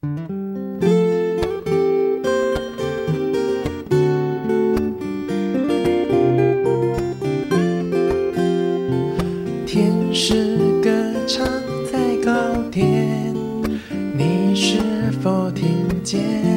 天使歌唱在高天，你是否听见？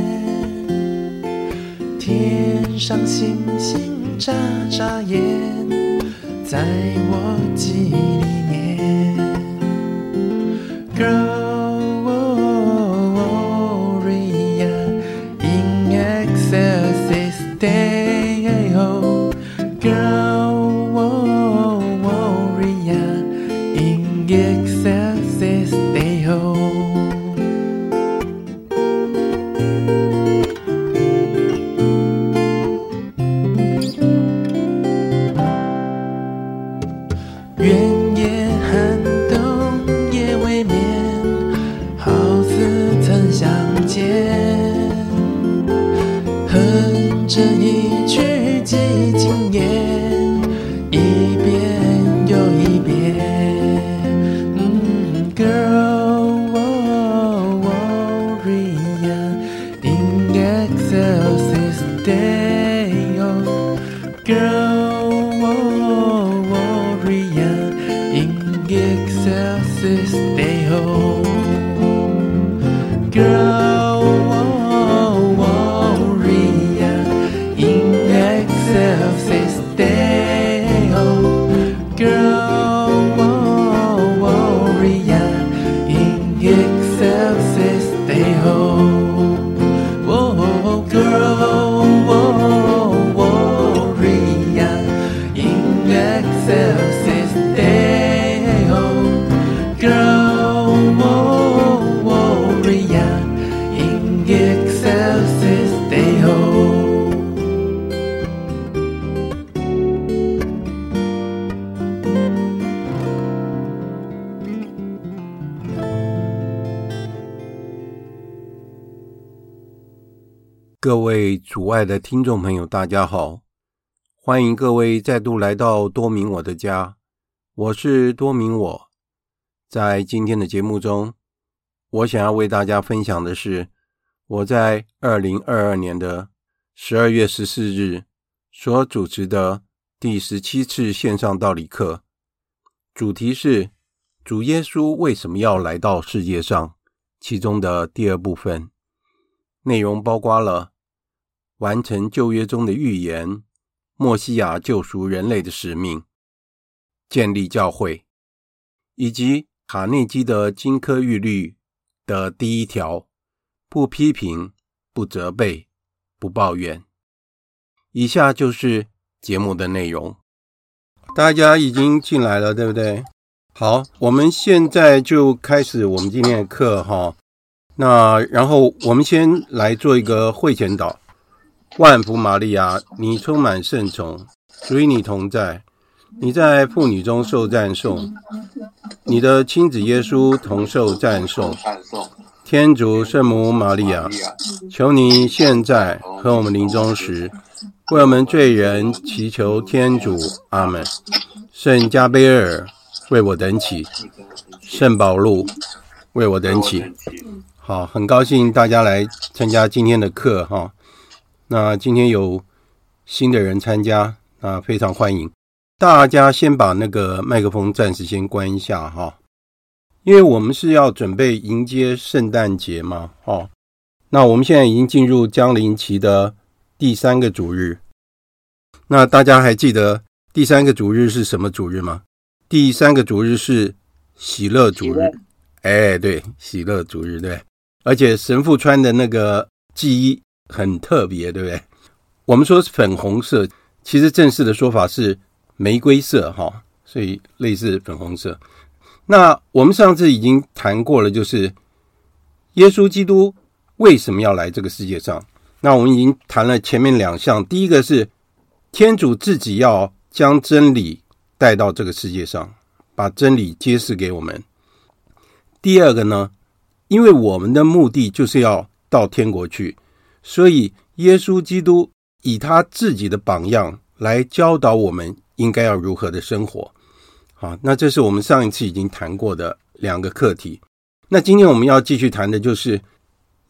天上星星眨眨眼，在我记忆里面。Gloria in excelsis Deo, Gloria in excelsis Deo。原野寒冬也未眠，好似曾相见。哼着一曲寂静夜，一遍又一遍。Gloria in excelsis Deo, Gloria in excelsis Deo, Gloria in excelsis Deo, Gloria in excelsis Deo. Oh, Gloria in excelsis Deo, Gloria in excelsis Deo。 各位主爱的听众朋友，大家好，欢迎各位再度来到多明我的家，我是多明我。在今天的节目中，我想要为大家分享的是我在2022年的12月14日所主持的第17次线上道理课，主题是主耶稣为什么要来到世界上，其中的第二部分，内容包括了完成旧约中的预言，默西亚救赎人类的使命，建立教会，以及卡内基的金科玉律的第一条，不批评，不责备，不抱怨。以下就是节目的内容。大家已经进来了，对不对？好，我们现在就开始我们今天的课哈。那然后我们先来做一个会前祷。万福玛利亚，你充满圣宠，主与你同在，你在妇女中受赞颂，你的亲子耶稣同受赞颂。天主圣母玛利亚，求你现在和我们临终时，为我们罪人祈求天主。阿们。圣加贝尔，为我等起。圣保禄，为我等起。好，很高兴大家来参加今天的课哈。那今天有新的人参加，那非常欢迎。大家先把那个麦克风暂时先关一下哈，因为我们是要准备迎接圣诞节嘛哈。那我们现在已经进入将临期的第3个主日。那大家还记得第3个主日是什么主日吗？第3个主日是喜乐主日。对，喜乐主日，对。而且神父穿的那个祭衣很特别，对不对？我们说是粉红色，其实正式的说法是玫瑰色哈，所以类似粉红色。那我们上次已经谈过了，就是耶稣基督为什么要来这个世界上。那我们已经谈了前面2项，第一个是天主自己要将真理带到这个世界上，把真理揭示给我们。第二个呢，因为我们的目的就是要到天国去，所以耶稣基督以他自己的榜样来教导我们应该要如何的生活。好，那这是我们上一次已经谈过的2个课题。那今天我们要继续谈的就是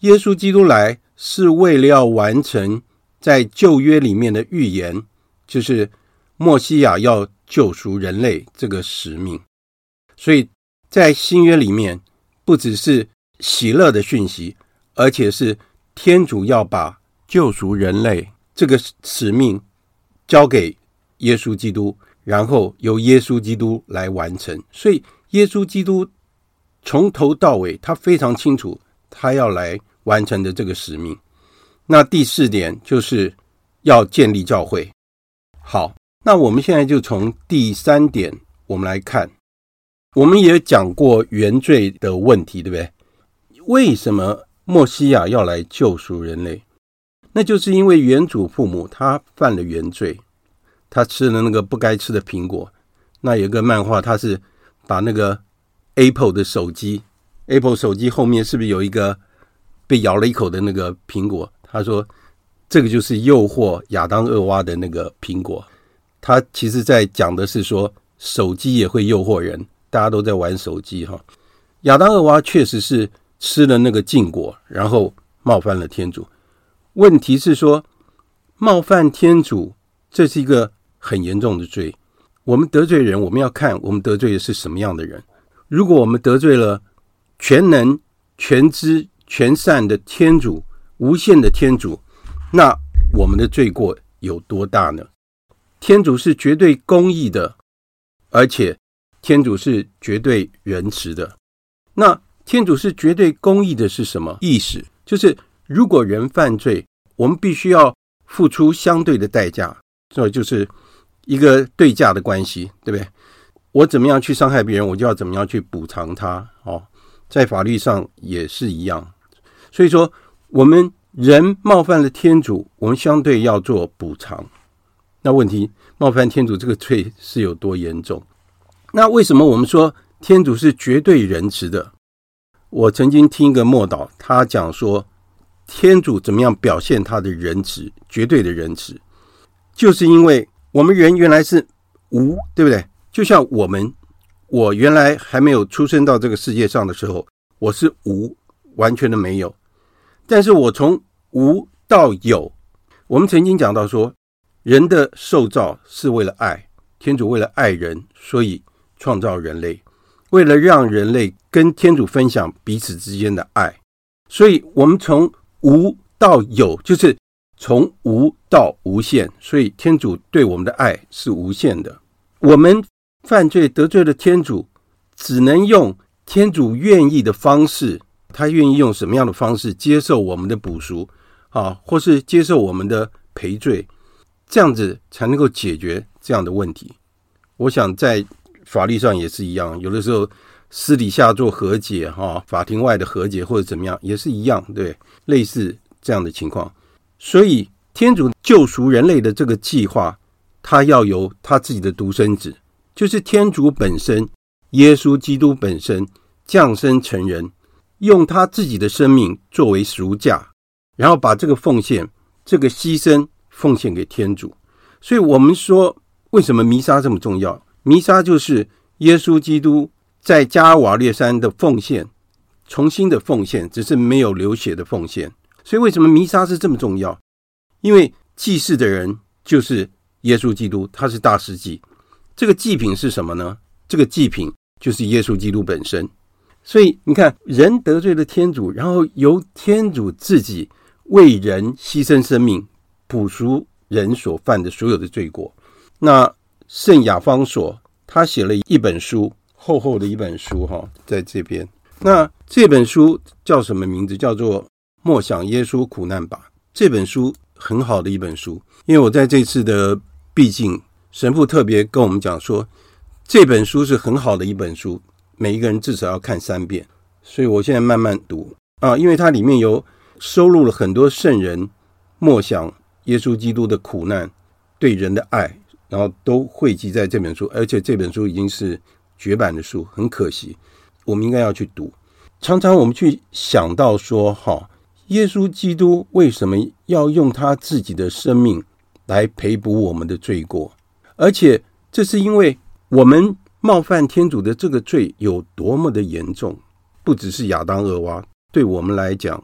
耶稣基督来是为了要完成在旧约里面的预言，就是默西亚要救赎人类这个使命。所以在新约里面，不只是喜乐的讯息，而且是天主要把救赎人类这个使命交给耶稣基督，然后由耶稣基督来完成。所以耶稣基督从头到尾他非常清楚他要来完成的这个使命。那第4点就是要建立教会。好，那我们现在就从第3点我们来看。我们也讲过原罪的问题，对不对？为什么默西亚要来救赎人类？那就是因为原祖父母他犯了原罪，他吃了那个不该吃的苹果。那有个漫画，他是把那个 Apple 的手机 Apple 手机后面是不是有一个被咬了一口的那个苹果？他说这个就是诱惑亚当厄娃的那个苹果。他其实在讲的是说手机也会诱惑人，大家都在玩手机哈。亚当厄娃确实是吃了那个禁果，然后冒犯了天主。问题是说冒犯天主这是一个很严重的罪。我们得罪人，我们要看我们得罪的是什么样的人。如果我们得罪了全能全知全善的天主，无限的天主，那我们的罪过有多大呢？天主是绝对公义的，而且天主是绝对仁慈的。那天主是绝对公义的是什么意思？就是如果人犯罪，我们必须要付出相对的代价，这就是一个对价的关系，对不对？我怎么样去伤害别人，我就要怎么样去补偿他。在法律上也是一样。所以说我们人冒犯了天主，我们相对要做补偿。那问题，冒犯天主这个罪是有多严重？那为什么我们说天主是绝对仁慈的？我曾经听一个默祷，他讲说天主怎么样表现他的仁慈，绝对的仁慈，就是因为我们人原来是无，对不对？就像我原来还没有出生到这个世界上的时候，我是无，完全的没有。但是我从无到有，我们曾经讲到说人的受造是为了爱，天主为了爱人，所以创造人类，为了让人类跟天主分享彼此之间的爱。所以我们从无到有，就是从无到无限，所以天主对我们的爱是无限的。我们犯罪得罪了天主，只能用天主愿意的方式，他愿意用什么样的方式接受我们的补赎或是接受我们的赔罪，这样子才能够解决这样的问题。我想在法律上也是一样，有的时候私底下做和解法庭外的和解或者怎么样也是一样，对，类似这样的情况。所以天主救赎人类的这个计划，他要由他自己的独生子，就是天主本身，耶稣基督本身降生成人，用他自己的生命作为赎价，然后把这个奉献，这个牺牲奉献给天主。所以我们说为什么弥撒这么重要？弥撒就是耶稣基督在加尔瓦略山的奉献，重新的奉献，只是没有流血的奉献。所以为什么弥撒是这么重要？因为祭祀的人就是耶稣基督，他是大司祭。这个祭品是什么呢？这个祭品就是耶稣基督本身。所以你看，人得罪了天主，然后由天主自己为人牺牲生命，补赎人所犯的所有的罪过。那圣亚方索他写了一本书，厚厚的一本书在这边。那这本书叫什么名字？叫做默想耶稣苦难吧。这本书很好的一本书，因为我在这次的毕竟神父特别跟我们讲说，这本书是很好的一本书，每一个人至少要看3遍。所以我现在慢慢读因为它里面有收录了很多圣人默想耶稣基督的苦难，对人的爱，然后都汇集在这本书。而且这本书已经是绝版的书，很可惜，我们应该要去读。常常我们去想到说耶稣基督为什么要用他自己的生命来赔补我们的罪过？而且这是因为我们冒犯天主的这个罪有多么的严重，不只是亚当厄娃，对我们来讲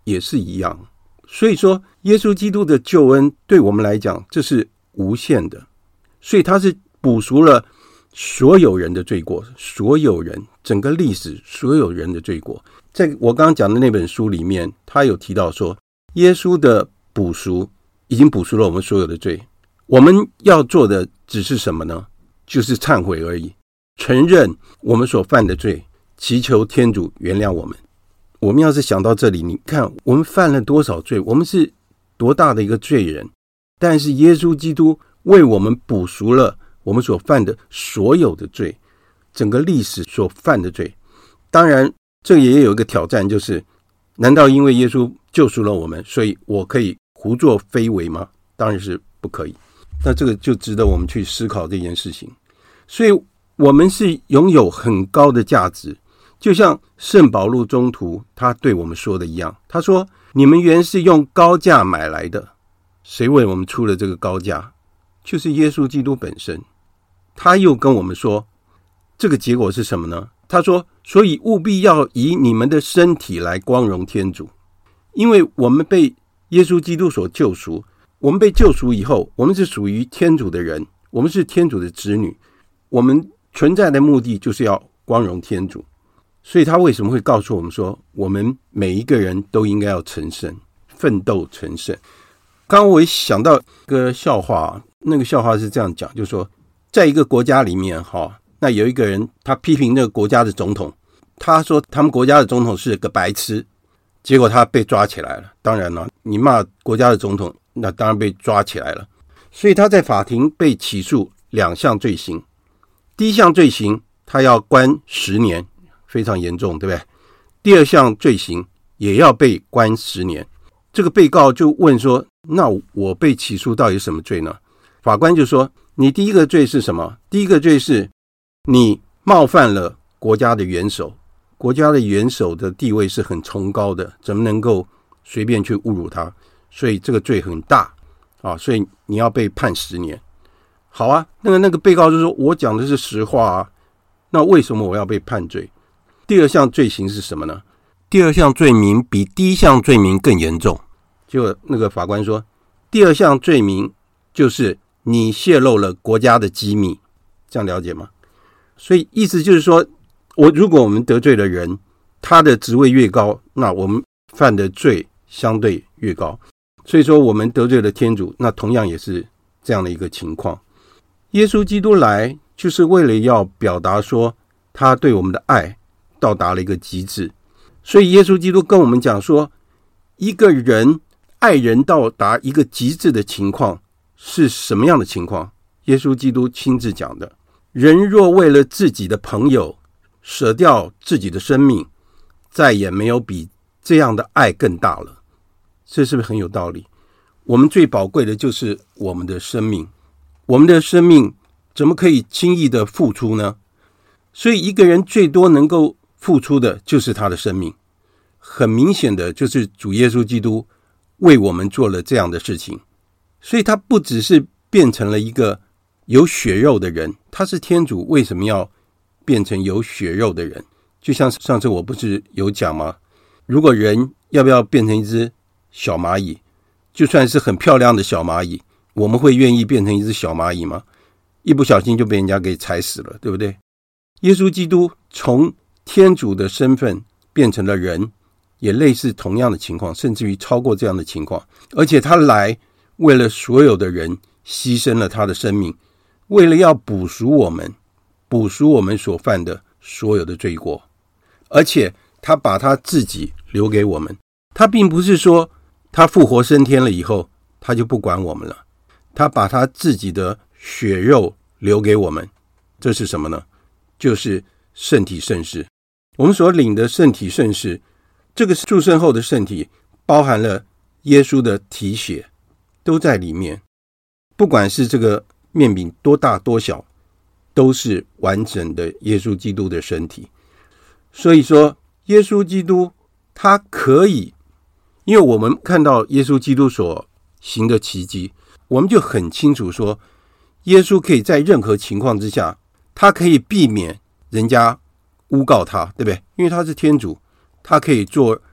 也是一样。所以说耶稣基督的救恩对我们来讲这是无限的，所以他是补赎了所有人的罪过，所有人整个历史所有人的罪过。在我刚刚讲的那本书里面，他有提到说耶稣的补赎已经补赎了我们所有的罪，我们要做的只是什么呢？就是忏悔而已，承认我们所犯的罪，祈求天主原谅我们。我们要是想到这里，你看我们犯了多少罪，我们是多大的一个罪人，但是耶稣基督为我们补赎了我们所犯的所有的罪，整个历史所犯的罪。当然这也有一个挑战，就是难道因为耶稣救赎了我们，所以我可以胡作非为吗？当然是不可以。那这个就值得我们去思考这件事情。所以我们是拥有很高的价值，就像圣保禄宗徒他对我们说的一样，他说你们原是用高价买来的，谁为我们出了这个高价？就是耶稣基督本身。他又跟我们说这个结果是什么呢？他说所以务必要以你们的身体来光荣天主。因为我们被耶稣基督所救赎，我们被救赎以后，我们是属于天主的人，我们是天主的子女，我们存在的目的就是要光荣天主。所以他为什么会告诉我们说我们每一个人都应该要成圣，奋斗成圣。刚刚我也想到一个笑话，那个笑话是这样讲，就是说在一个国家里面那有一个人他批评那个国家的总统，他说他们国家的总统是个白痴，结果他被抓起来了。当然了，你骂国家的总统，那当然被抓起来了。所以他在法庭被起诉2项罪行。第一项罪行他要关10年，非常严重，对不对？第二项罪行也要被关10年。这个被告就问说，那我被起诉到底是什么罪呢？法官就说，你第一个罪是什么？第一个罪是你冒犯了国家的元首，国家的元首的地位是很崇高的，怎么能够随便去侮辱他？所以这个罪很大所以你要被判10年。好啊，那个被告就说，我讲的是实话啊，那为什么我要被判罪？第二项罪行是什么呢？第二项罪名比第一项罪名更严重。就那个法官说，第二项罪名就是你泄露了国家的机密，这样了解吗？所以意思就是说，如果我们得罪了人，他的职位越高，那我们犯的罪相对越高。所以说我们得罪了天主，那同样也是这样的一个情况。耶稣基督来就是为了要表达说他对我们的爱到达了一个极致。所以耶稣基督跟我们讲说，一个人爱人到达一个极致的情况是什么样的情况？耶稣基督亲自讲的，人若为了自己的朋友舍掉自己的生命，再也没有比这样的爱更大了。这是不是很有道理？我们最宝贵的就是我们的生命，我们的生命怎么可以轻易的付出呢？所以一个人最多能够付出的就是他的生命。很明显的就是主耶稣基督为我们做了这样的事情，所以他不只是变成了一个有血肉的人，他是天主，为什么要变成有血肉的人？就像上次我不是有讲吗？如果人要不要变成一只小蚂蚁，就算是很漂亮的小蚂蚁，我们会愿意变成一只小蚂蚁吗？一不小心就被人家给踩死了，对不对？耶稣基督从天主的身份变成了人，也类似同样的情况，甚至于超过这样的情况。而且他来为了所有的人牺牲了他的生命，为了要补赎我们所犯的所有的罪过。而且他把他自己留给我们，他并不是说他复活升天了以后他就不管我们了，他把他自己的血肉留给我们。这是什么呢？就是圣体圣事。我们所领的圣体圣事，这个祝圣后的圣体包含了耶稣的体血都在里面，不管是这个面饼多大多小，都是完整的耶稣基督的身体。所以说耶稣基督他可以，因为我们看到耶稣基督所行的奇迹，我们就很清楚说耶稣可以在任何情况之下，他可以避免人家诬告他，对不对？因为他是天主，他可以做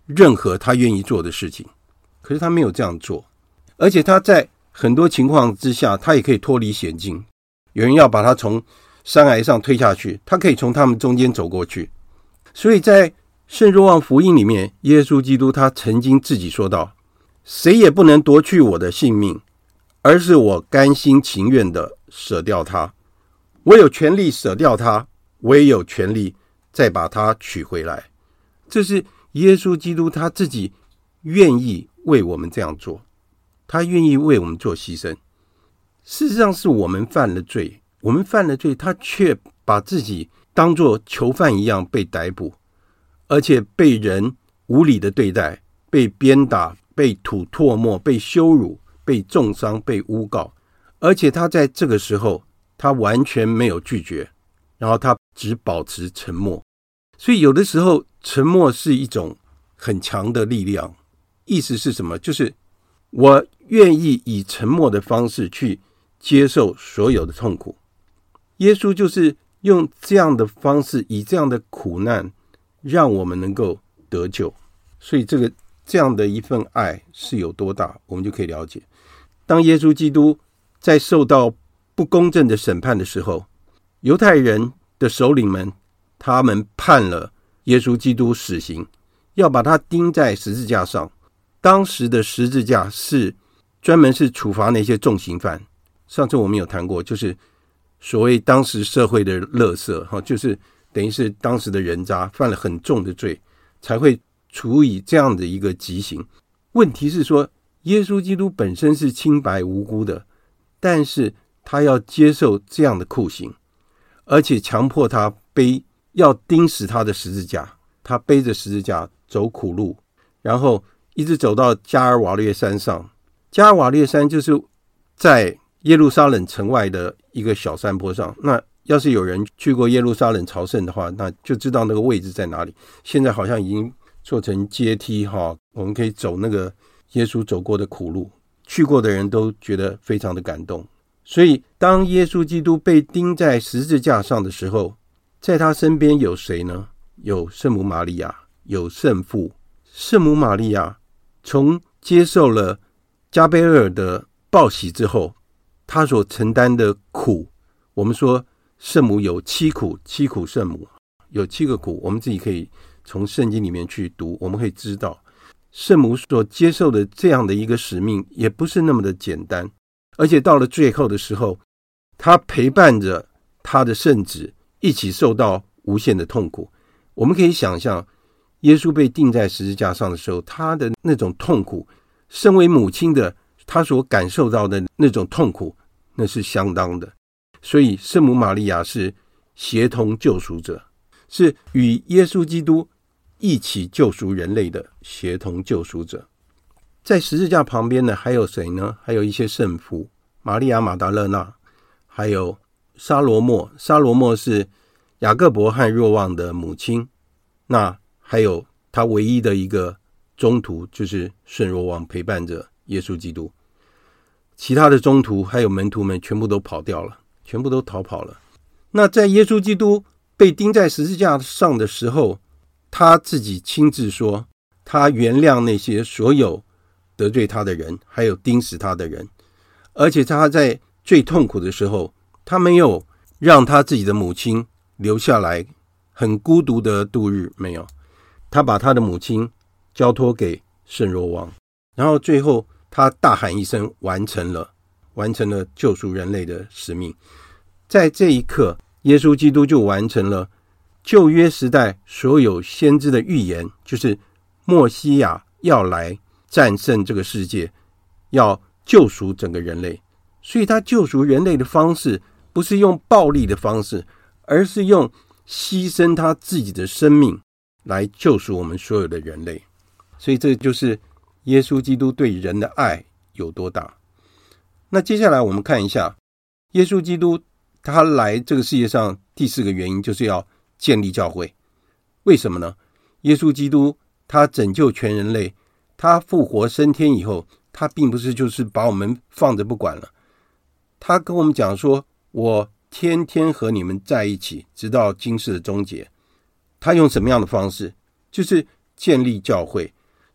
任何他愿意做的事情。可是他没有这样做，而且他在很多情况之下，他也可以脱离险境。有人要把他从山崖上推下去，他可以从他们中间走过去。所以在圣若望福音里面，耶稣基督他曾经自己说道，谁也不能夺去我的性命，而是我甘心情愿的舍掉它。我有权利舍掉它，我也有权利再把它取回来。这是耶稣基督他自己愿意为我们这样做，他愿意为我们做牺牲。事实上是我们犯了罪，他却把自己当作囚犯一样被逮捕，而且被人无理的对待，被鞭打，被吐唾沫，被羞辱，被重伤，被诬告。而且他在这个时候他完全没有拒绝，然后他只保持沉默。所以有的时候沉默是一种很强的力量。意思是什么？就是我愿意以沉默的方式去接受所有的痛苦。耶稣就是用这样的方式，以这样的苦难让我们能够得救。所以这样的一份爱是有多大，我们就可以了解。当耶稣基督在受到不公正的审判的时候，犹太人的首领们他们判了耶稣基督死刑，要把他钉在十字架上。当时的十字架是专门是处罚那些重刑犯。上次我们有谈过，就是所谓当时社会的垃圾，就是等于是当时的人渣犯了很重的罪才会处以这样的一个极刑。问题是说耶稣基督本身是清白无辜的，但是他要接受这样的酷刑，而且强迫他要钉死他的十字架。他背着十字架走苦路，然后一直走到加尔瓦略山上。加尔瓦略山就是在耶路撒冷城外的一个小山坡上。那要是有人去过耶路撒冷朝圣的话，那就知道那个位置在哪里。现在好像已经做成阶梯，我们可以走那个耶稣走过的苦路，去过的人都觉得非常的感动。所以当耶稣基督被钉在十字架上的时候，在他身边有谁呢？有圣母玛利亚，有圣父。圣母玛利亚从接受了加贝尔的报喜之后，他所承担的苦，我们说圣母有7苦，7苦圣母有7个苦，我们自己可以从圣经里面去读，我们会知道圣母所接受的这样的一个使命也不是那么的简单。而且到了最后的时候，他陪伴着他的圣子一起受到无限的痛苦。我们可以想象耶稣被钉在十字架上的时候，他的那种痛苦，身为母亲的他所感受到的那种痛苦，那是相当的。所以圣母玛利亚是协同救赎者，是与耶稣基督一起救赎人类的协同救赎者。在十字架旁边呢，还有谁呢？还有一些圣父，玛利亚马达勒纳，还有沙罗末。沙罗末是雅各伯和若望的母亲，那还有他唯一的一个宗徒，就是圣若望陪伴着耶稣基督。其他的宗徒还有门徒们全部都跑掉了，全部都逃跑了。那在耶稣基督被钉在十字架上的时候，他自己亲自说，他原谅那些所有得罪他的人，还有钉死他的人。而且他在最痛苦的时候，他没有让他自己的母亲留下来很孤独的度日，没有，他把他的母亲交托给圣若望，然后最后他大喊一声，完成了救赎人类的使命。在这一刻，耶稣基督就完成了旧约时代所有先知的预言，就是默西亚要来战胜这个世界，要救赎整个人类。所以他救赎人类的方式不是用暴力的方式，而是用牺牲他自己的生命来救赎我们所有的人类。所以这就是耶稣基督对人的爱有多大。那接下来我们看一下耶稣基督他来这个世界上第4个原因，就是要建立教会。为什么呢？耶稣基督他拯救全人类，他复活升天以后，他并不是就是把我们放着不管了，他跟我们讲说，我天天和你们在一起，直到今世的终结。他用什么样的方式？就是建立教会。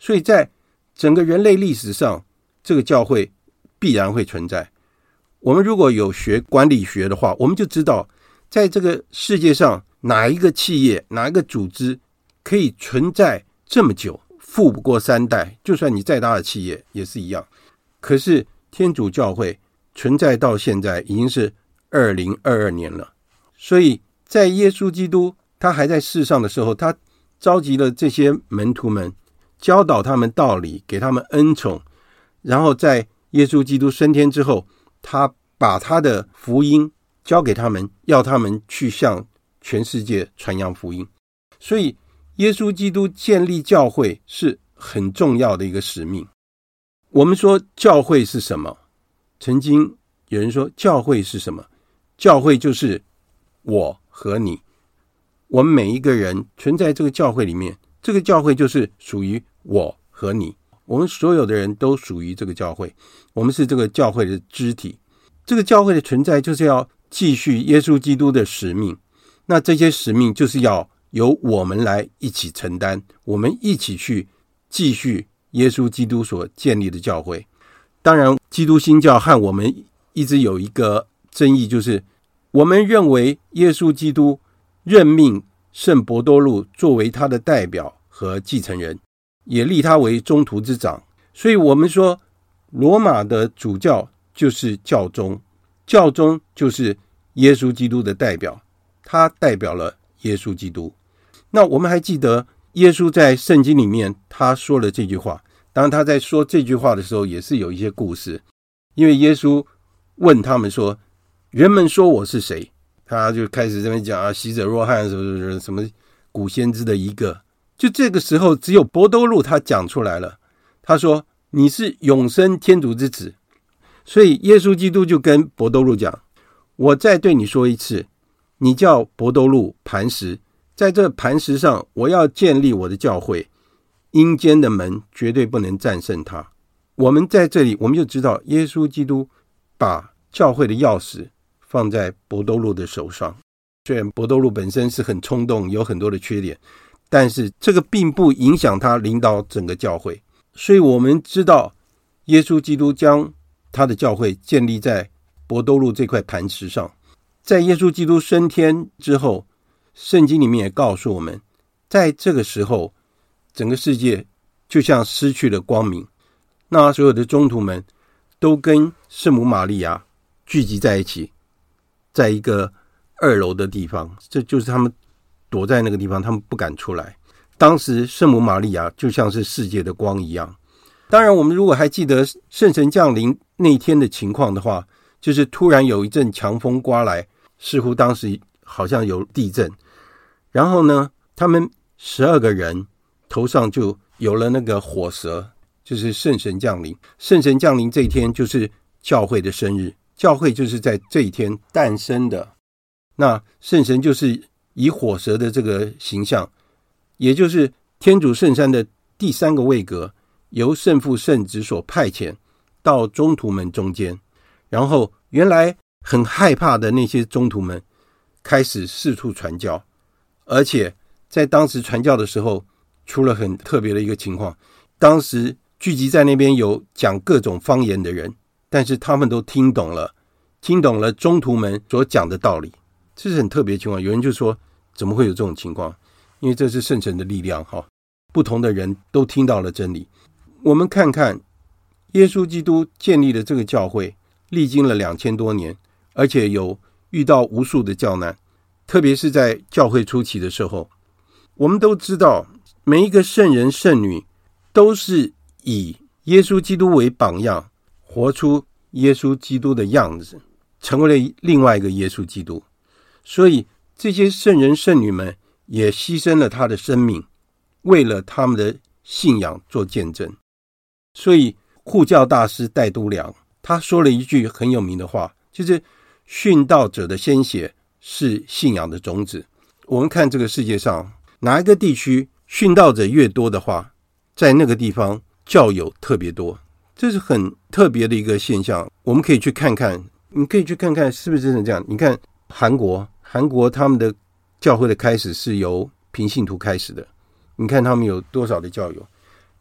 所以在整个人类历史上，这个教会必然会存在。我们如果有学管理学的话，我们就知道在这个世界上哪一个企业哪一个组织可以存在这么久，富不过3代，就算你再大的企业也是一样。可是天主教会存在到现在已经是2022年了，所以在耶稣基督他还在世上的时候，他召集了这些门徒们，教导他们道理，给他们恩宠，然后在耶稣基督升天之后，他把他的福音交给他们，要他们去向全世界传扬福音。所以耶稣基督建立教会是很重要的一个使命。我们说教会是什么？曾经有人说教会是什么？教会就是我和你，我们每一个人存在这个教会里面，这个教会就是属于我和你，我们所有的人都属于这个教会，我们是这个教会的肢体。这个教会的存在就是要继续耶稣基督的使命，那这些使命就是要由我们来一起承担，我们一起去继续耶稣基督所建立的教会。当然基督新教和我们一直有一个争议，就是我们认为耶稣基督任命圣伯多禄作为他的代表和继承人，也立他为宗徒之长，所以我们说罗马的主教就是教宗，教宗就是耶稣基督的代表，他代表了耶稣基督。那我们还记得耶稣在圣经里面他说了这句话，当然他在说这句话的时候也是有一些故事，因为耶稣问他们说人们说我是谁，他就开始这边讲洗者若翰什么古先知的一个，就这个时候只有伯多禄他讲出来了，他说你是永生天主之子。所以耶稣基督就跟伯多禄讲，我再对你说一次，你叫伯多禄磐石，在这磐石上我要建立我的教会，阴间的门绝对不能战胜它。我们在这里我们就知道耶稣基督把教会的钥匙放在伯多禄的手上。虽然伯多禄本身是很冲动，有很多的缺点，但是这个并不影响他领导整个教会。所以我们知道耶稣基督将他的教会建立在伯多禄这块磐石上。在耶稣基督升天之后，圣经里面也告诉我们，在这个时候整个世界就像失去了光明，那所有的宗徒们都跟圣母玛利亚聚集在一起，在一个2楼的地方，这就是他们躲在那个地方，他们不敢出来。当时圣母玛利亚就像是世界的光一样。当然我们如果还记得圣神降临那天的情况的话，就是突然有一阵强风刮来，似乎当时好像有地震，然后呢他们12个人头上就有了那个火蛇，就是圣神降临。圣神降临这一天就是教会的生日，教会就是在这一天诞生的。那圣神就是以火蛇的这个形象，也就是天主圣山的第3个位格，由圣父圣子所派遣到宗徒们中间，然后原来很害怕的那些宗徒们开始四处传教，而且在当时传教的时候出了很特别的一个情况，当时聚集在那边有讲各种方言的人，但是他们都听懂了宗徒们所讲的道理，这是很特别的情况。有人就说怎么会有这种情况，因为这是圣神的力量，不同的人都听到了真理。我们看看耶稣基督建立的这个教会历经了2000多年，而且有遇到无数的教难，特别是在教会初期的时候，我们都知道每一个圣人圣女都是以耶稣基督为榜样，活出耶稣基督的样子，成为了另外一个耶稣基督。所以这些圣人圣女们也牺牲了他的生命，为了他们的信仰做见证。所以护教大师戴都良他说了一句很有名的话，就是殉道者的鲜血是信仰的种子。我们看这个世界上哪一个地区殉道者越多的话，在那个地方教友特别多，这是很特别的一个现象。我们可以去看看，你可以去看看是不是真的这样。你看韩国他们的教会的开始是由平信徒开始的，你看他们有多少的教友。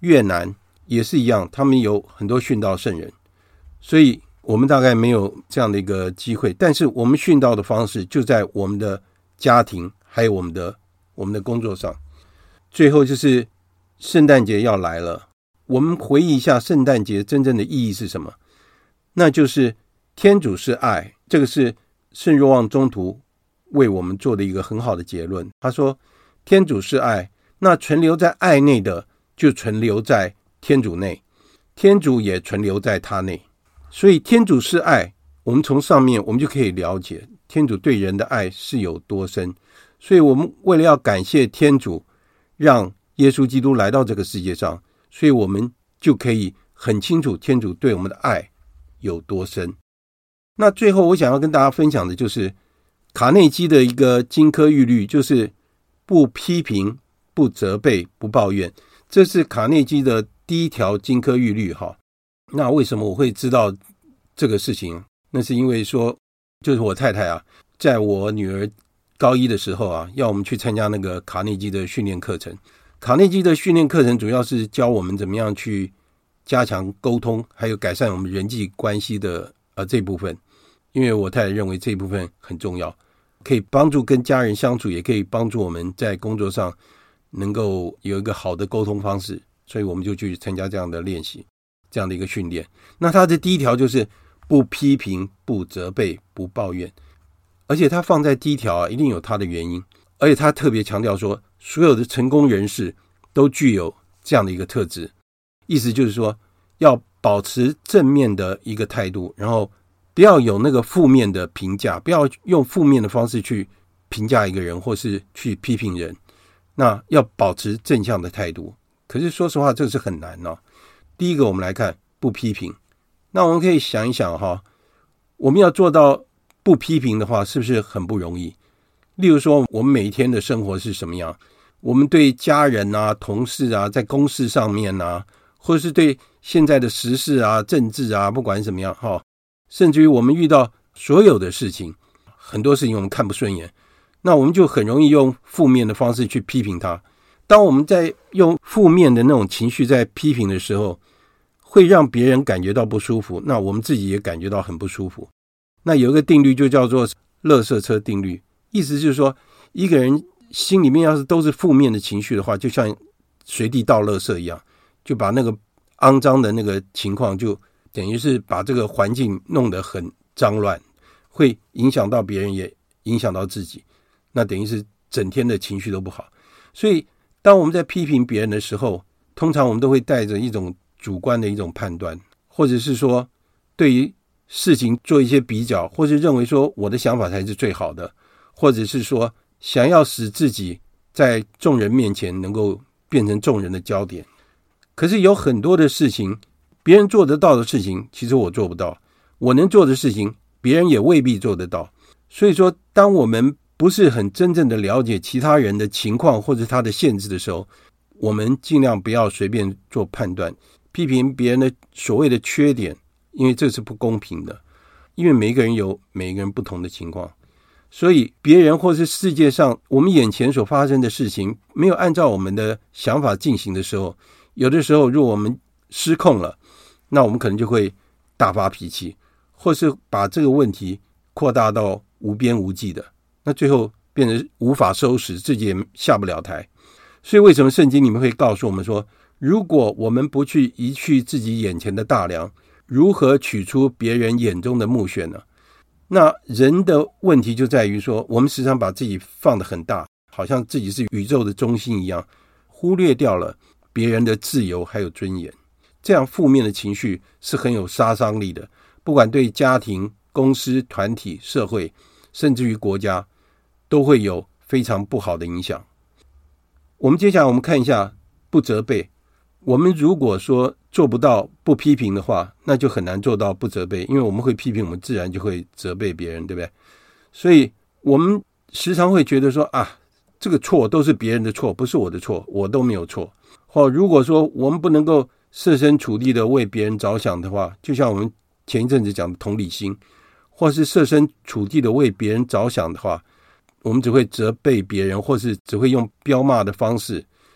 越南也是一样，他们有很多殉道圣人，所以我们大概没有这样的一个机会，但是我们殉道的方式就在我们的家庭还有我们的工作上。最后就是圣诞节要来了，我们回忆一下圣诞节真正的意义是什么？那就是天主是爱，这个是圣若望宗徒为我们做的一个很好的结论。他说天主是爱，那存留在爱内的就存留在天主内，天主也存留在他内。所以天主是爱，我们从上面我们就可以了解天主对人的爱是有多深。所以我们为了要感谢天主让耶稣基督来到这个世界上，所以我们就可以很清楚天主对我们的爱有多深。那最后我想要跟大家分享的就是卡内基的一个金科玉律，就是不批评、不责备、不抱怨，这是卡内基的第一条金科玉律。那为什么我会知道这个事情？那是因为说，就是我太太啊，在我女儿高一的时候啊，要我们去参加那个卡内基的训练课程。卡内基的训练课程主要是教我们怎么样去加强沟通，还有改善我们人际关系的这部分。因为我太太认为这一部分很重要，可以帮助跟家人相处，也可以帮助我们在工作上能够有一个好的沟通方式，所以我们就去参加这样的练习，这样的一个训练。那它的第一条就是不批评、不责备、不抱怨，而且它放在第一条啊，一定有它的原因。而且他特别强调说，所有的成功人士都具有这样的一个特质，意思就是说要保持正面的一个态度，然后不要有那个负面的评价，不要用负面的方式去评价一个人或是去批评人，那要保持正向的态度。可是说实话这是很难哦。第一个我们来看不批评，那我们可以想一想我们要做到不批评的话是不是很不容易？例如说我们每一天的生活是什么样，我们对家人啊、同事啊，在公事上面啊，或者是对现在的时事啊、政治啊，不管怎么样甚至于我们遇到所有的事情，很多事情我们看不顺眼，那我们就很容易用负面的方式去批评它。当我们在用负面的那种情绪在批评的时候，会让别人感觉到不舒服，那我们自己也感觉到很不舒服。那有一个定律就叫做垃圾车定律，意思就是说一个人心里面要是都是负面的情绪的话，就像随地倒垃圾一样，就把那个肮脏的那个情况就等于是把这个环境弄得很脏乱，会影响到别人也影响到自己，那等于是整天的情绪都不好。所以当我们在批评别人的时候，通常我们都会带着一种主观的一种判断，或者是说对于事情做一些比较，或是认为说我的想法才是最好的，或者是说想要使自己在众人面前能够变成众人的焦点。可是有很多的事情，别人做得到的事情，其实我做不到，我能做的事情，别人也未必做得到。所以说当我们不是很真正的了解其他人的情况或者他的限制的时候，我们尽量不要随便做判断，批评别人的所谓的缺点，因为这是不公平的，因为每一个人有每一个人不同的情况。所以别人或是世界上我们眼前所发生的事情没有按照我们的想法进行的时候，有的时候如果我们失控了，那我们可能就会大发脾气，或是把这个问题扩大到无边无际的，那最后变成无法收拾，自己也下不了台。所以为什么圣经里面会告诉我们说，如果我们不去移去自己眼前的大梁，如何取出别人眼中的木屑呢？那人的问题就在于说，我们时常把自己放得很大，好像自己是宇宙的中心一样，忽略掉了别人的自由还有尊严。这样负面的情绪是很有杀伤力的，不管对家庭、公司、团体、社会，甚至于国家，都会有非常不好的影响。我们接下来我们看一下不责备。我们如果说做不到不批评的话，那就很难做到不责备，因为我们会批评，我们自然就会责备别人，对不对？所以我们时常会觉得说这个错都是别人的错，不是我的错，我都没有错。或如果说我们不能够设身处地的为别人着想的话，就像我们前一阵子讲的同理心，或是设身处地的为别人着想的话，我们只会责备别人，或是只会用彪骂的方式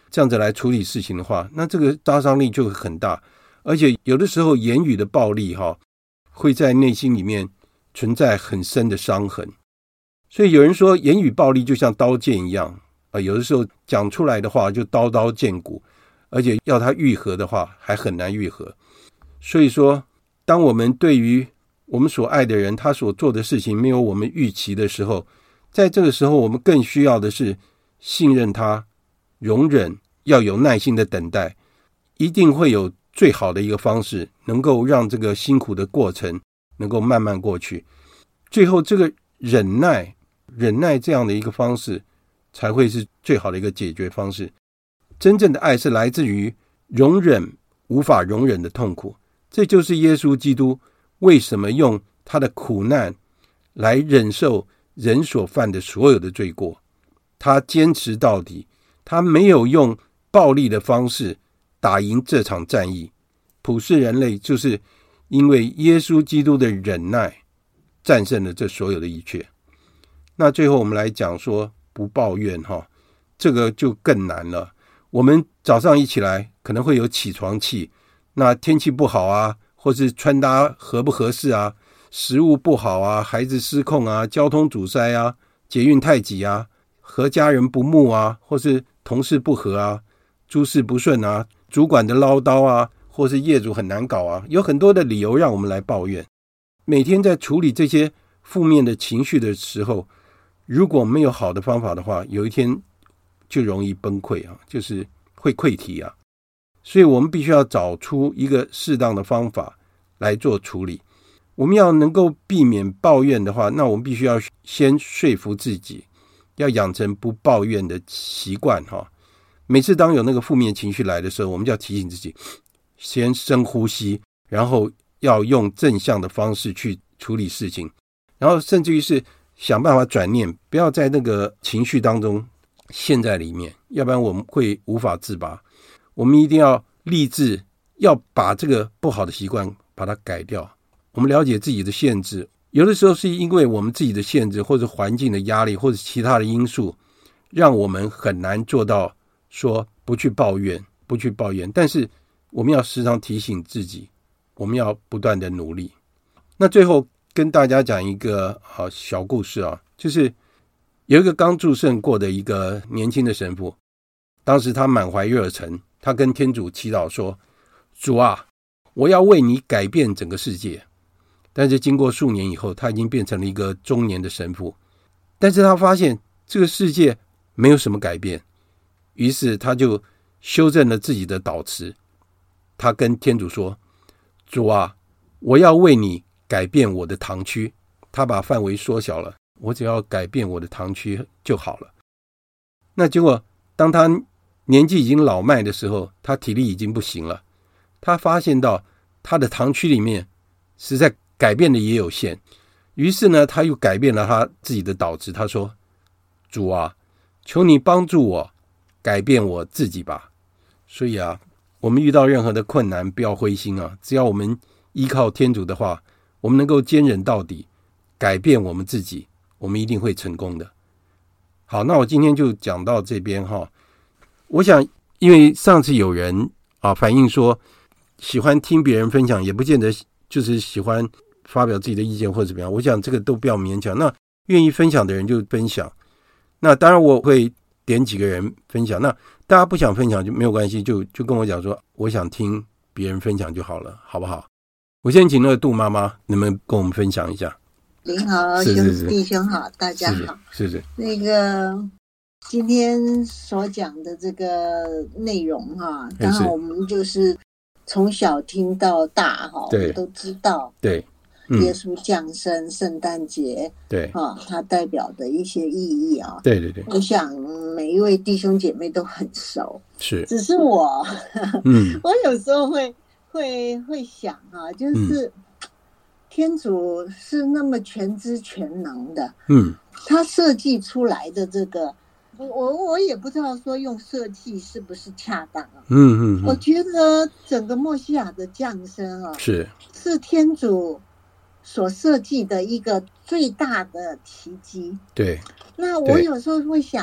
这样子来处理事情的话，那这个杀伤力就很大。而且有的时候言语的暴力会在内心里面存在很深的伤痕。所以有人说言语暴力就像刀剑一样，有的时候讲出来的话就刀刀见骨，而且要它愈合的话还很难愈合。所以说当我们对于我们所爱的人他所做的事情没有我们预期的时候，在这个时候我们更需要的是信任他，容忍，要有耐心的等待，一定会有最好的一个方式能够让这个辛苦的过程能够慢慢过去。最后这个忍耐这样的一个方式才会是最好的一个解决方式。真正的爱是来自于容忍无法容忍的痛苦，这就是耶稣基督为什么用他的苦难来忍受人所犯的所有的罪过。他坚持到底，他没有用暴力的方式打赢这场战役。普世人类就是因为耶稣基督的忍耐战胜了这所有的一切。那最后我们来讲说不抱怨这个就更难了。我们早上一起来可能会有起床气，那天气不好啊，或是穿搭合不合适啊，食物不好啊，孩子失控啊，交通阻塞啊，捷运太挤啊，和家人不睦啊，或是同事不和啊，诸事不顺啊，主管的唠叨啊，或是业主很难搞啊，有很多的理由让我们来抱怨。每天在处理这些负面的情绪的时候，如果没有好的方法的话，有一天就容易崩溃啊，就是会溃堤啊。所以我们必须要找出一个适当的方法来做处理。我们要能够避免抱怨的话，那我们必须要先说服自己，要养成不抱怨的习惯每次当有那个负面情绪来的时候，我们就要提醒自己先深呼吸，然后要用正向的方式去处理事情，然后甚至于是想办法转念，不要在那个情绪当中陷在里面，要不然我们会无法自拔。我们一定要立志，要把这个不好的习惯把它改掉。我们了解自己的限制，有的时候是因为我们自己的限制，或者环境的压力，或者其他的因素，让我们很难做到说不去抱怨。但是我们要时常提醒自己，我们要不断的努力。那最后跟大家讲一个小故事就是有一个刚祝圣过的一个年轻的神父，当时他满怀热忱，他跟天主祈祷说，主啊，我要为你改变整个世界。但是经过数年以后，他已经变成了一个中年的神父，但是他发现这个世界没有什么改变，于是他就修正了自己的祷词。他跟天主说，主啊，我要为你改变我的堂区。他把范围缩小了，我只要改变我的堂区就好了。那结果当他年纪已经老迈的时候，他体力已经不行了，他发现到他的堂区里面实在改变的也有限，于是呢他又改变了他自己的祷词。他说，主啊，求你帮助我改变我自己吧。所以我们遇到任何的困难不要灰心只要我们依靠天主的话，我们能够坚忍到底，改变我们自己，我们一定会成功的。好，那我今天就讲到这边我想因为上次有人反映说喜欢听别人分享，也不见得就是喜欢发表自己的意见或者怎么样，我想这个都不要勉强，那愿意分享的人就分享。那当然我会点几个人分享，那大家不想分享就没有关系，就跟我讲说我想听别人分享就好了，好不好？我先请那个杜妈妈能不能跟我们分享一下。 您好，弟兄好，大家好。 是那个今天所讲的这个内容当然我们就是从小听到大我们都知道，对，耶稣降生、圣诞节，对它代表的一些意义对，我想每一位弟兄姐妹都很熟，是，只是我我有时候会想就是天主是那么全知全能的，他设计出来的这个，我也不知道说用设计是不是恰当我觉得整个默西亚的降生是天主所设计的一个最大的奇迹。对，那我有时候会想，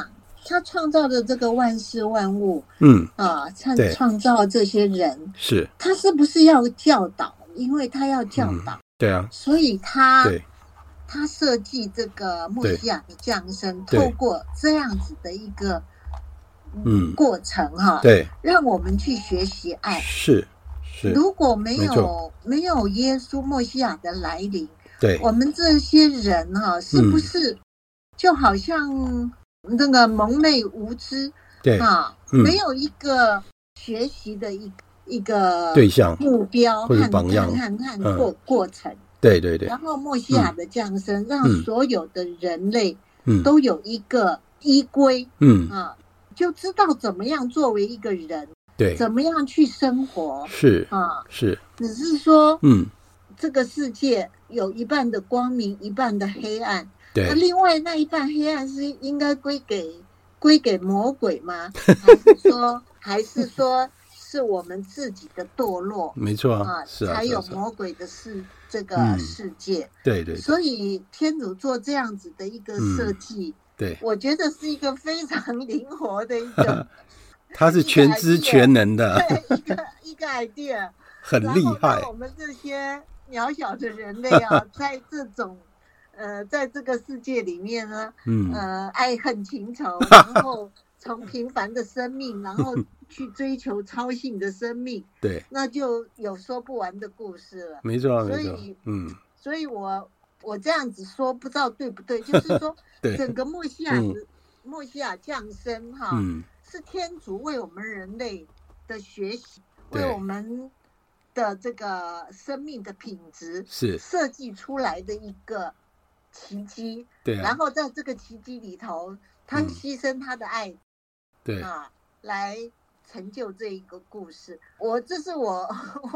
他创造的这个万事万物，创造这些人， 是他是不是要教导？因为他要教导， 对啊， 所以他设计这个默西亚的降生，透过这样子的一个过程对， 让我们去学习爱。 是， 如果没有耶稣默西亚的来临， 对， 我们这些人是不是就好像那个蒙昧无知， 对没有一个学习的一个对象、 目标或者榜样和过程。 对， 然后默西亚的降生，让所有的人类都有一个依归，就知道怎么样作为一个人， 对， 怎么样去生活， 是， 只是说，这个世界有一半的光明，一半的黑暗， 对， 另外那一半黑暗是应该归给魔鬼吗？还是说是我们自己的堕落？ 没错是才有魔鬼的这个世界。 对， 所以天主做这样子的一个设计， 对， 我觉得是一个非常灵活的一个， 他是全知全能的， 一个 idea， 很厉害。 我们这些渺小的人类在这种在这个世界里面呢，爱恨情仇，然后从平凡的生命，然后去追求超性的生命， 对，那就有说不完的故事了。 没错， 所以我这样子说，不知道对不对？就是说，整个默西亚降生是天主为我们人类的学习，为我们的这个生命的品质是设计出来的一个奇迹。 对， 然后在这个奇迹里头，他牺牲他的爱， 对来成就这一个故事。这是我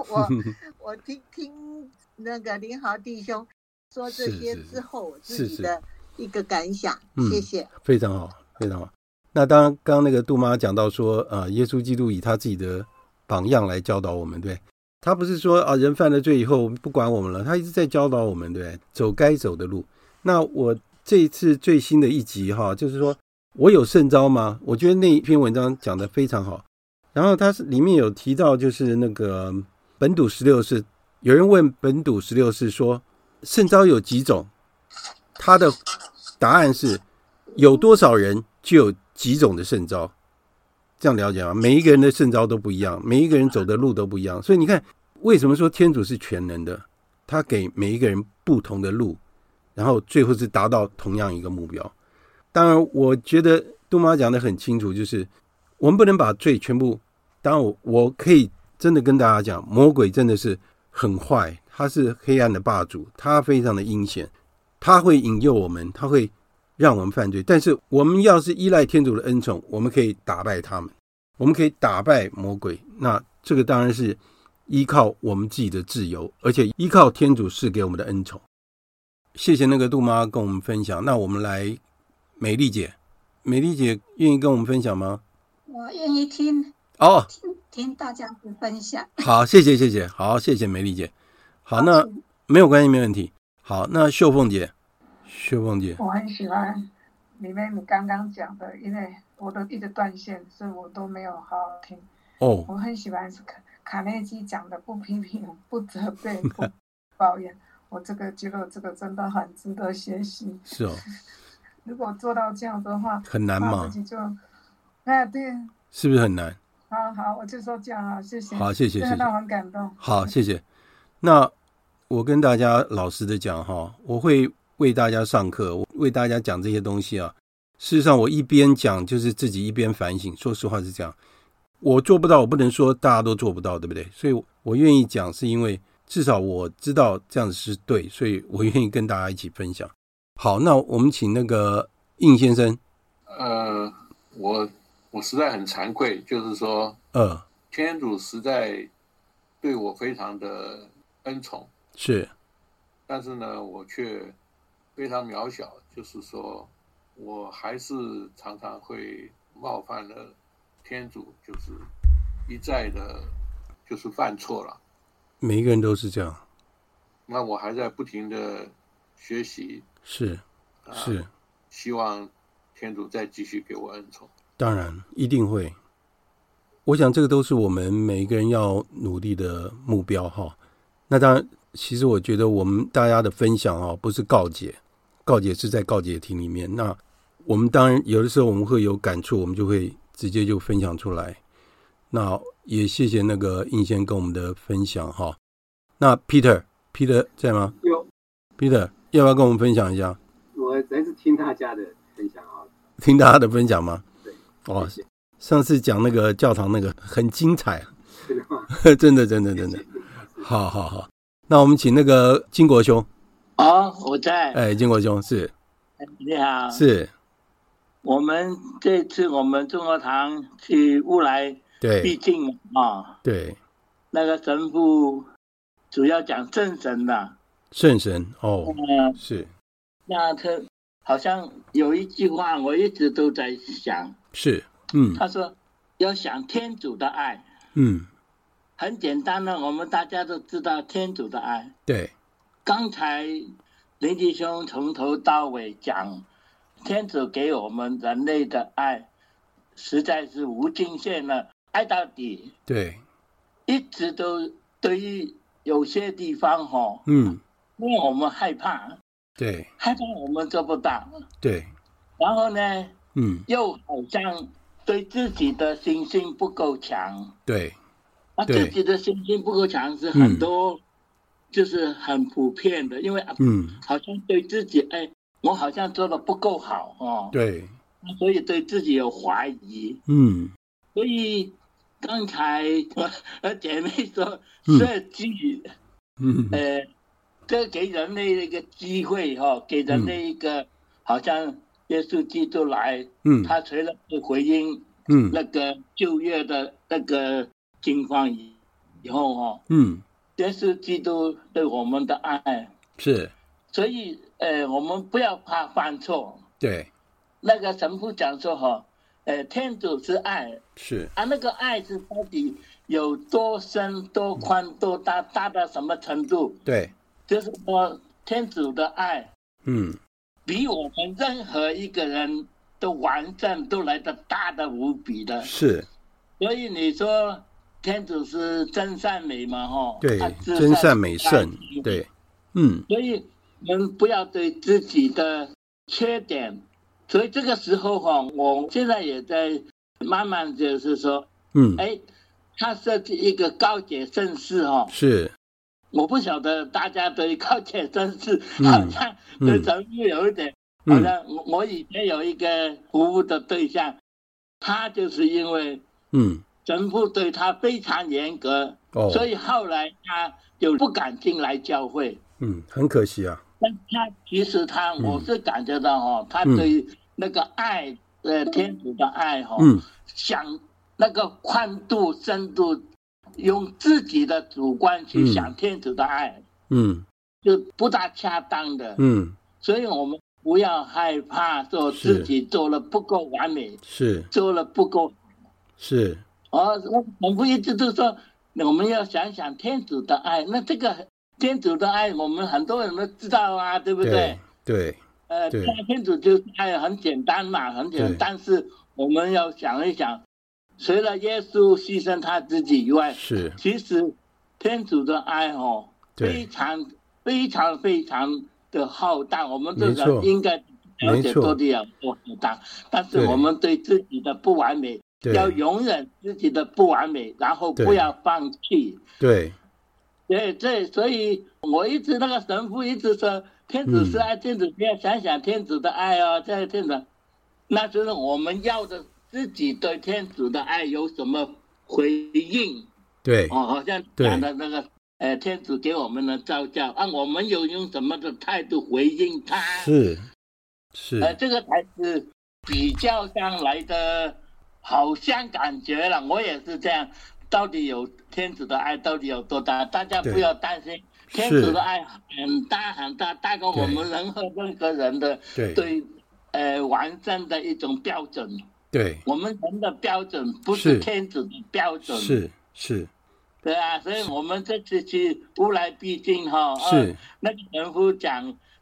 听那个林豪弟兄说这些之后，我自己的一个感想。谢谢， 非常好，非常好。那刚刚那个杜妈讲到说，耶稣基督以他自己的榜样来教导我们，对，他不是说人犯了罪以后不管我们了，他一直在教导我们，对，走该走的路。那我这一次最新的一集就是说我有圣召吗？我觉得那一篇文章讲得非常好。然后它里面有提到，就是那个本笃16世，有人问本笃16世说，圣召有几种？他的答案是有多少人就有几种的圣召。这样了解吗？每一个人的圣召都不一样，每一个人走的路都不一样。所以你看，为什么说天主是全能的？他给每一个人不同的路，然后最后是达到同样一个目标。当然我觉得杜妈讲得很清楚，就是我们不能把罪全部，当然我可以真的跟大家讲，魔鬼真的是很坏，他是黑暗的霸主，他非常的阴险，他会引诱我们，他会让我们犯罪。但是我们要是依赖天主的恩宠，我们可以打败他们，我们可以打败魔鬼。那这个当然是依靠我们自己的自由，而且依靠天主赐给我们的恩宠。谢谢那个杜妈跟我们分享。那我们来美丽姐愿意跟我们分享吗？ 我愿意听听大家的分享。 好，谢谢，好，谢谢美丽姐。好，那没有关系，没问题。好，那秀凤姐， 我很喜欢里面你刚刚讲的，因为我都一直断线，所以我都没有好好听。我很喜欢卡内基讲的，不批评，不责备，不抱怨。我觉得这个真的很值得学习。 是哦。 如果做到这样的话， 很难吗？ 自己就对， 是不是很难？ 好，我就说这样啊，谢谢。 好，谢谢， 让我很感动。 好，谢谢。那我跟大家老实的讲我会为大家上课，我为大家讲这些东西啊。事实上，我一边讲就是自己一边反省。说实话是这样，我做不到，我不能说大家都做不到，对不对？所以我愿意讲，是因为至少我知道这样子是对，所以我愿意跟大家一起分享。好，那我们请那个应先生。 我实在很惭愧，就是说，天主实在对我非常的恩宠， 是， 但是呢，我却非常渺小，就是说，我还是常常会冒犯了天主，就是一再的，就是犯错了。 每一个人都是这样。 那我还在不停的学习。 是， 希望天主再继续给我恩宠。 当然一定会，我想这个都是我们每一个人要努力的目标哈。那当然，其实我觉得我们大家的分享不是告解，告解是在告解亭里面。那我们当然有的时候我们会有感触，我们就会直接就分享出来。那也谢谢那个应先跟我们的分享哈。那 Peter 在吗？ 有 Peter 要不要跟我们分享一下？ 我真是听大家的分享啊。 听大家的分享吗？ 对。 谢谢。上次讲那个教堂那个很精彩。 真的吗？ 真的。好。那我们请那个金国兄。 我在。 金国兄是。 你好。 是。 我们这次我们中国堂去乌来毕竟对。 那个神父主要讲圣神的。 圣神是。 那他好像有一句话我一直都在想。 是。 他说要想天主的爱。很简单的，我们大家都知道天主的爱。 对。 刚才林弟兄从头到尾讲天主给我们人类的爱实在是无尽限了，爱到底。 对。 一直都对于有些地方因为我们害怕。 对。 害怕我们做不到。 对。 然后呢又好像对自己的信心不够强。 对。 自己的信心不够强是很多就是很普遍的，因为好像对自己我好像做的不够好对。 所以对自己有怀疑。所以刚才姐妹说设计这给人类一个机会给人类一个好像耶稣基督来他除了回应那个旧约的那个情况以后耶稣基督对我们的爱是， 所以我们不要怕犯错。 对。 那个神父讲说天主是爱。 是。 那个爱是到底有多深多宽多大，大到什么程度？ 对。 就是说天主的爱比我们任何一个人的完整都来得大得无比的。 是。 所以你说天主是真善美嘛对，真善美圣。对。 所以我们不要对自己的缺点，所以这个时候我现在也在慢慢就是说他设计一个告解圣事是。 我不晓得大家对告解圣事好像对神父有一点好像我以前有一个服务的对象，他就是因为神父对他非常严格所以后来他就不敢进来教会。 很可惜啊。 但他其实我是感觉到他对那个爱天主的爱想那个宽度深度，用自己的主观去想天主的爱就不大恰当的。所以我们不要害怕说自己做了不够完美， 是做了不够是。 我们一直都说我们要想想天主的爱，那这个天主的爱我们很多人都知道啊，对不对？ 对。 天主就是爱，很简单嘛，很简单。但是我们要想一想，除了耶稣牺牲他自己以外， 是其实天主的爱非常非常非常的浩大，我们这个应该了解多点多浩大。但是我们对自己的不完美要容忍自己的不完美，然后不要放弃。 对。 所以我一直那个神父一直说天主是爱，天主不要想想天主的爱这天主，那就是我们要的自己对天主的爱有什么回应。 对。 好像讲的那个天主给我们的召叫我们有用什么的态度回应他。 是。 这个才是比较上来的好像感觉了，我也是这样。到底有天主的爱到底有多大？大家不要担心，天主的爱很大很大，大过我们任何人的对完整的一种标准。对，我们人的标准不是天主的标准。是。对啊，所以我们这次去乌来毕竟那个神父讲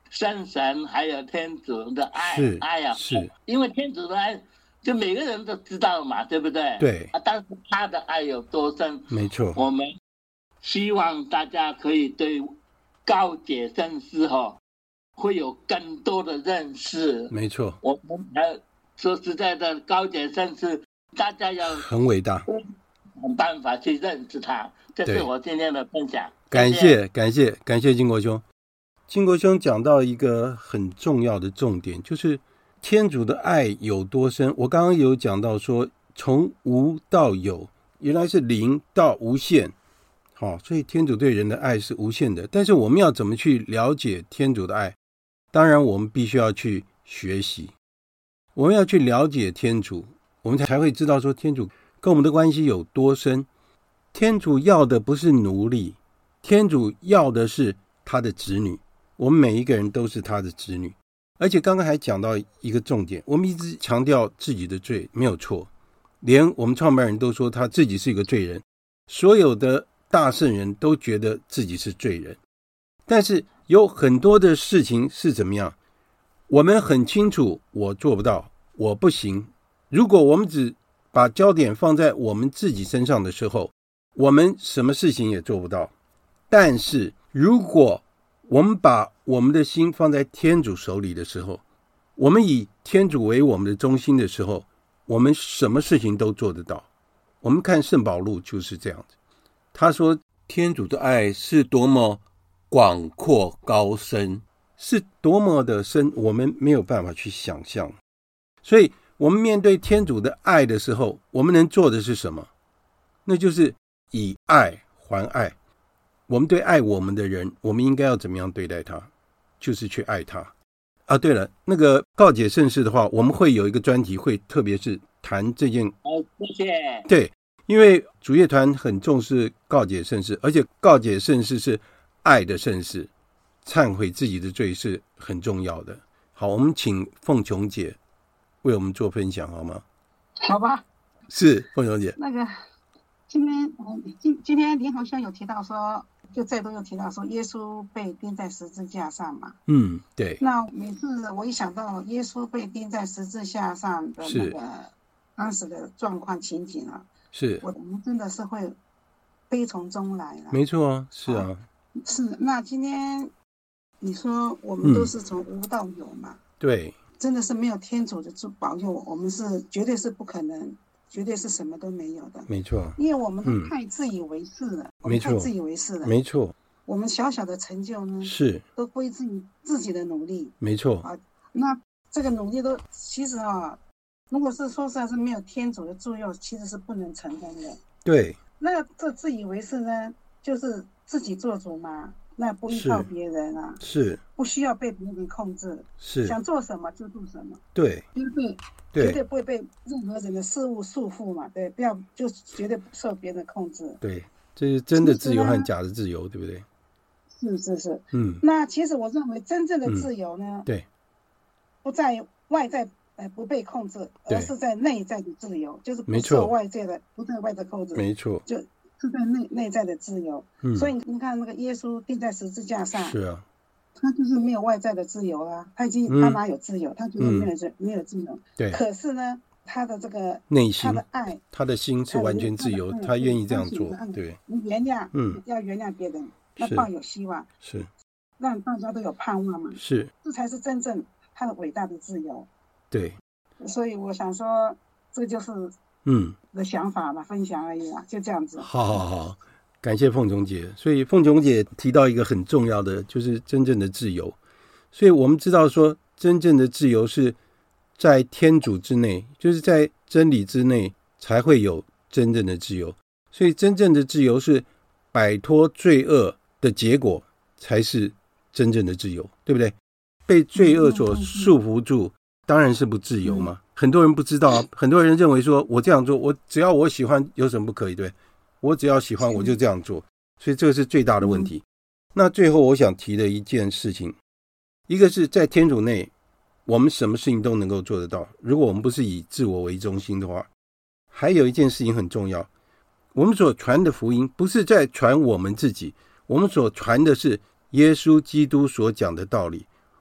圣神还有天主的爱啊， 是， 因为天主的爱就每个人都知道嘛，对不对？ 对啊，但是他的爱有多深？ 没错， 我们希望大家可以对告解圣事会有更多的认识。 没错， 我们说实在的，告解圣事大家要很伟大， 想办法去认识它。这是我今天的分享。 感谢金国兄。金国兄讲到一个很重要的重点，就是天主的爱有多深。我刚刚有讲到说，从无到有，原来是零到无限。所以天主对人的爱是无限的。但是我们要怎么去了解天主的爱？当然我们必须要去学习，我们要去了解天主，我们才会知道说天主跟我们的关系有多深。天主要的不是奴隶，天主要的是他的子女，我们每一个人都是他的子女。而且刚刚还讲到一个重点，我们一直强调自己的罪，没有错，连我们创办人都说他自己是一个罪人，所有的大圣人都觉得自己是罪人。但是有很多的事情是怎么样，我们很清楚我做不到，我不行。如果我们只把焦点放在我们自己身上的时候，我们什么事情也做不到。但是如果我们把我们的心放在天主手里的时候，我们以天主为我们的中心的时候，我们什么事情都做得到。我们看圣保禄就是这样子，他说天主的爱是多么广阔高深，是多么的深，我们没有办法去想象。所以我们面对天主的爱的时候，我们能做的是什么？那就是以爱还爱。我们对爱我们的人，我们应该要怎么样对待他？就是去爱他。对了，那个告解圣事的话，我们会有一个专题，会特别是谈这件。 谢谢。 对，因为主业团很重视告解圣事，而且告解圣事是爱的圣事，忏悔自己的罪是很重要的。好，我们请凤琼姐为我们做分享好吗？ 好吧。 是凤琼姐。 那个今天您好像有提到说，就再度又提到说耶稣被钉在十字架上嘛。 对。 那每次我一想到耶稣被钉在十字架上的那个当时的状况情景啊， 是我们真的是会悲从中来了。 没错啊，是啊。 是。那今天你说我们都是从无到有嘛？ 对。 真的是没有天主的保佑，我们是绝对是不可能，绝对是什么都没有的。 没错。 因为我们都太自以为是了。 没错。 太自以为是了。 没错。 我们小小的成就呢， 是都归自己的努力。 没错。 那这个努力都其实如果是说实在是没有天主的助佑，其实是不能成功的。 对。 那这自以为是呢，就是自己做主嘛，那不依靠别人啊， 是不需要被别人控制， 是想做什么就做什么。 对。 绝对不会被任何人的事物束缚嘛，对，不要就绝对不受别人的控制。 对，这是真的自由和假的自由，对不对？ 是。那其实我认为真正的自由呢， 对， 不在外在不被控制，而是在内在的自由，就是不受外界的，不在外在控制， 没错， 就是在内在的自由。所以你看那个耶稣钉在十字架上， 是啊。 他就是没有外在的自由啦，他哪有自由？他就是没有自由。 对。 可是呢，他的这个内心， 他的爱， 他的心是完全自由，他愿意这样做。对。 你原谅，要原谅别人，那抱有希望， 是让大家都有盼望嘛。 是， 这才是真正他的伟大的自由。 对。 所以我想说，这就是的想法嘛，分享而已啦，就这样子。 好。感谢凤琼姐。所以凤琼姐提到一个很重要的，就是真正的自由。所以我们知道说，真正的自由是在天主之内，就是在真理之内才会有真正的自由。所以真正的自由是摆脱罪恶的结果，才是真正的自由，对不对？被罪恶所束缚住，当然是不自由嘛。很多人不知道，很多人认为说，我这样做，只要我喜欢，有什么不可以？对，我只要喜欢我就这样做，所以这个是最大的问题。那最后我想提的一件事情，一个是在天主内，我们什么事情都能够做得到，如果我们不是以自我为中心的话。还有一件事情很重要，我们所传的福音不是在传我们自己，我们所传的是耶稣基督所讲的道理。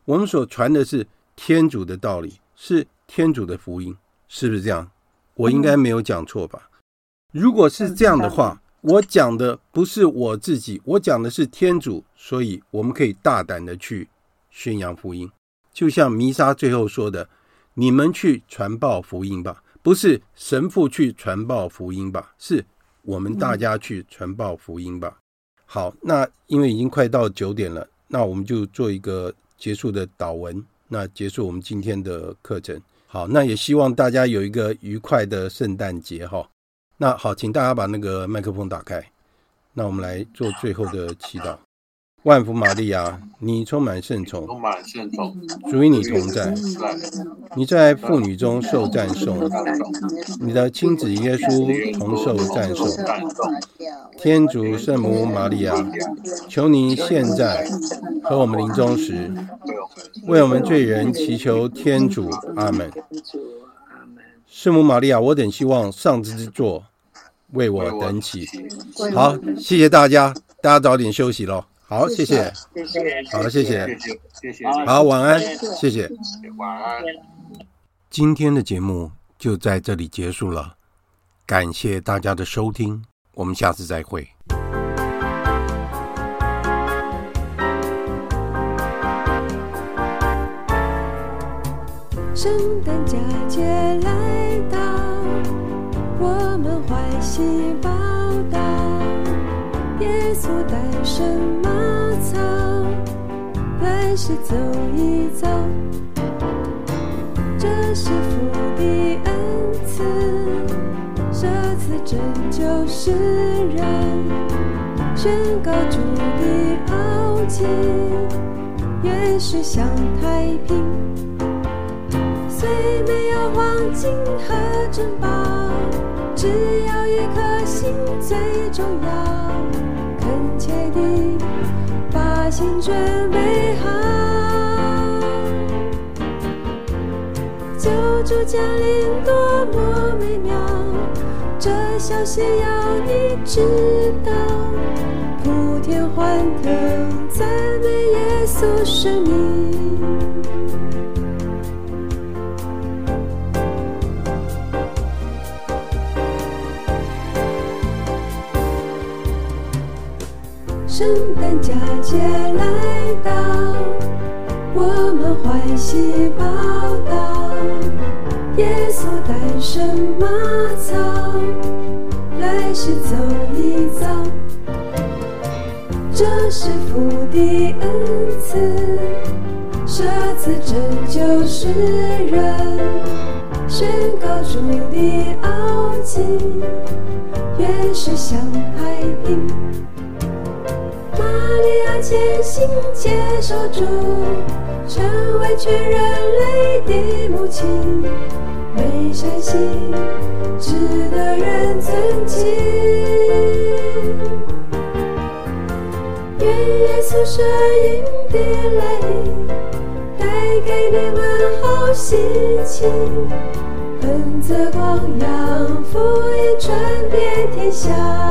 我们所传的是天主的道理，是天主的福音，是不是这样？我应该没有讲错吧？如果是这样的话，我讲的不是我自己，我讲的是天主，所以我们可以大胆的去宣扬福音。就像弥撒最后说的，你们去传报福音吧，不是神父去传报福音吧，是我们大家去传报福音吧。好，那因为已经快到9点了，那我们就做一个结束的祷文，那结束我们今天的课程。好，那也希望大家有一个愉快的圣诞节哈。那好，请大家把那个麦克风打开，那我们来做最后的祈祷。万福玛利亚，你充满圣宠，主与你同在，你在妇女中受赞颂，你的亲子耶稣同受赞颂。天主圣母玛利亚，求你现在和我们临终时，为我们罪人祈求天主。阿们。圣母玛利亚，我等希望上智之座为我等起。好，谢谢大家，大家早点休息咯。好，谢谢，好，谢谢，好，晚安，谢谢， 晚安。 今天的节目就在这里结束了，感谢大家的收听，我们下次再会。 圣诞佳节来到，我们欢喜报道，耶稣诞生马槽，来世走一遭。这是父的恩赐，舍此拯救世人，宣告主的奥迹，愿世享太平。虽没有黄金和珍宝，只要一颗心最重要，恳切地把心准备好。救主降临多么美妙，这消息要你知道，普天欢腾，赞美耶稣生命。圣诞佳节来到，我们欢喜报道，耶稣诞生马槽，来世走一遭。这是父的恩赐，舍此拯救世人，宣告主的奥迹，愿世享太平。玛利亚虔心接受主，成为全人类的母亲，美善心，值得人尊敬。愿耶稣摄影的来临，带给你们好心情，恩泽光阳，福音传遍天下。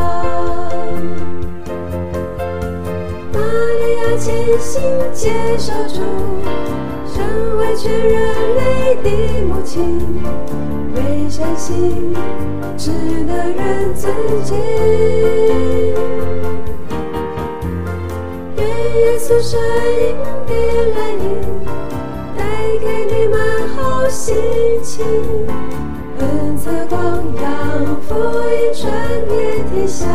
虔心接受主，成为全人类的母亲，美善心，值得人尊敬。愿耶稣摄影的来临，带给你们好心情，恩泽光阳，福音传遍天下。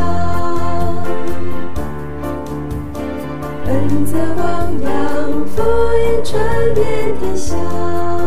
恩泽光阳，福音传遍天下。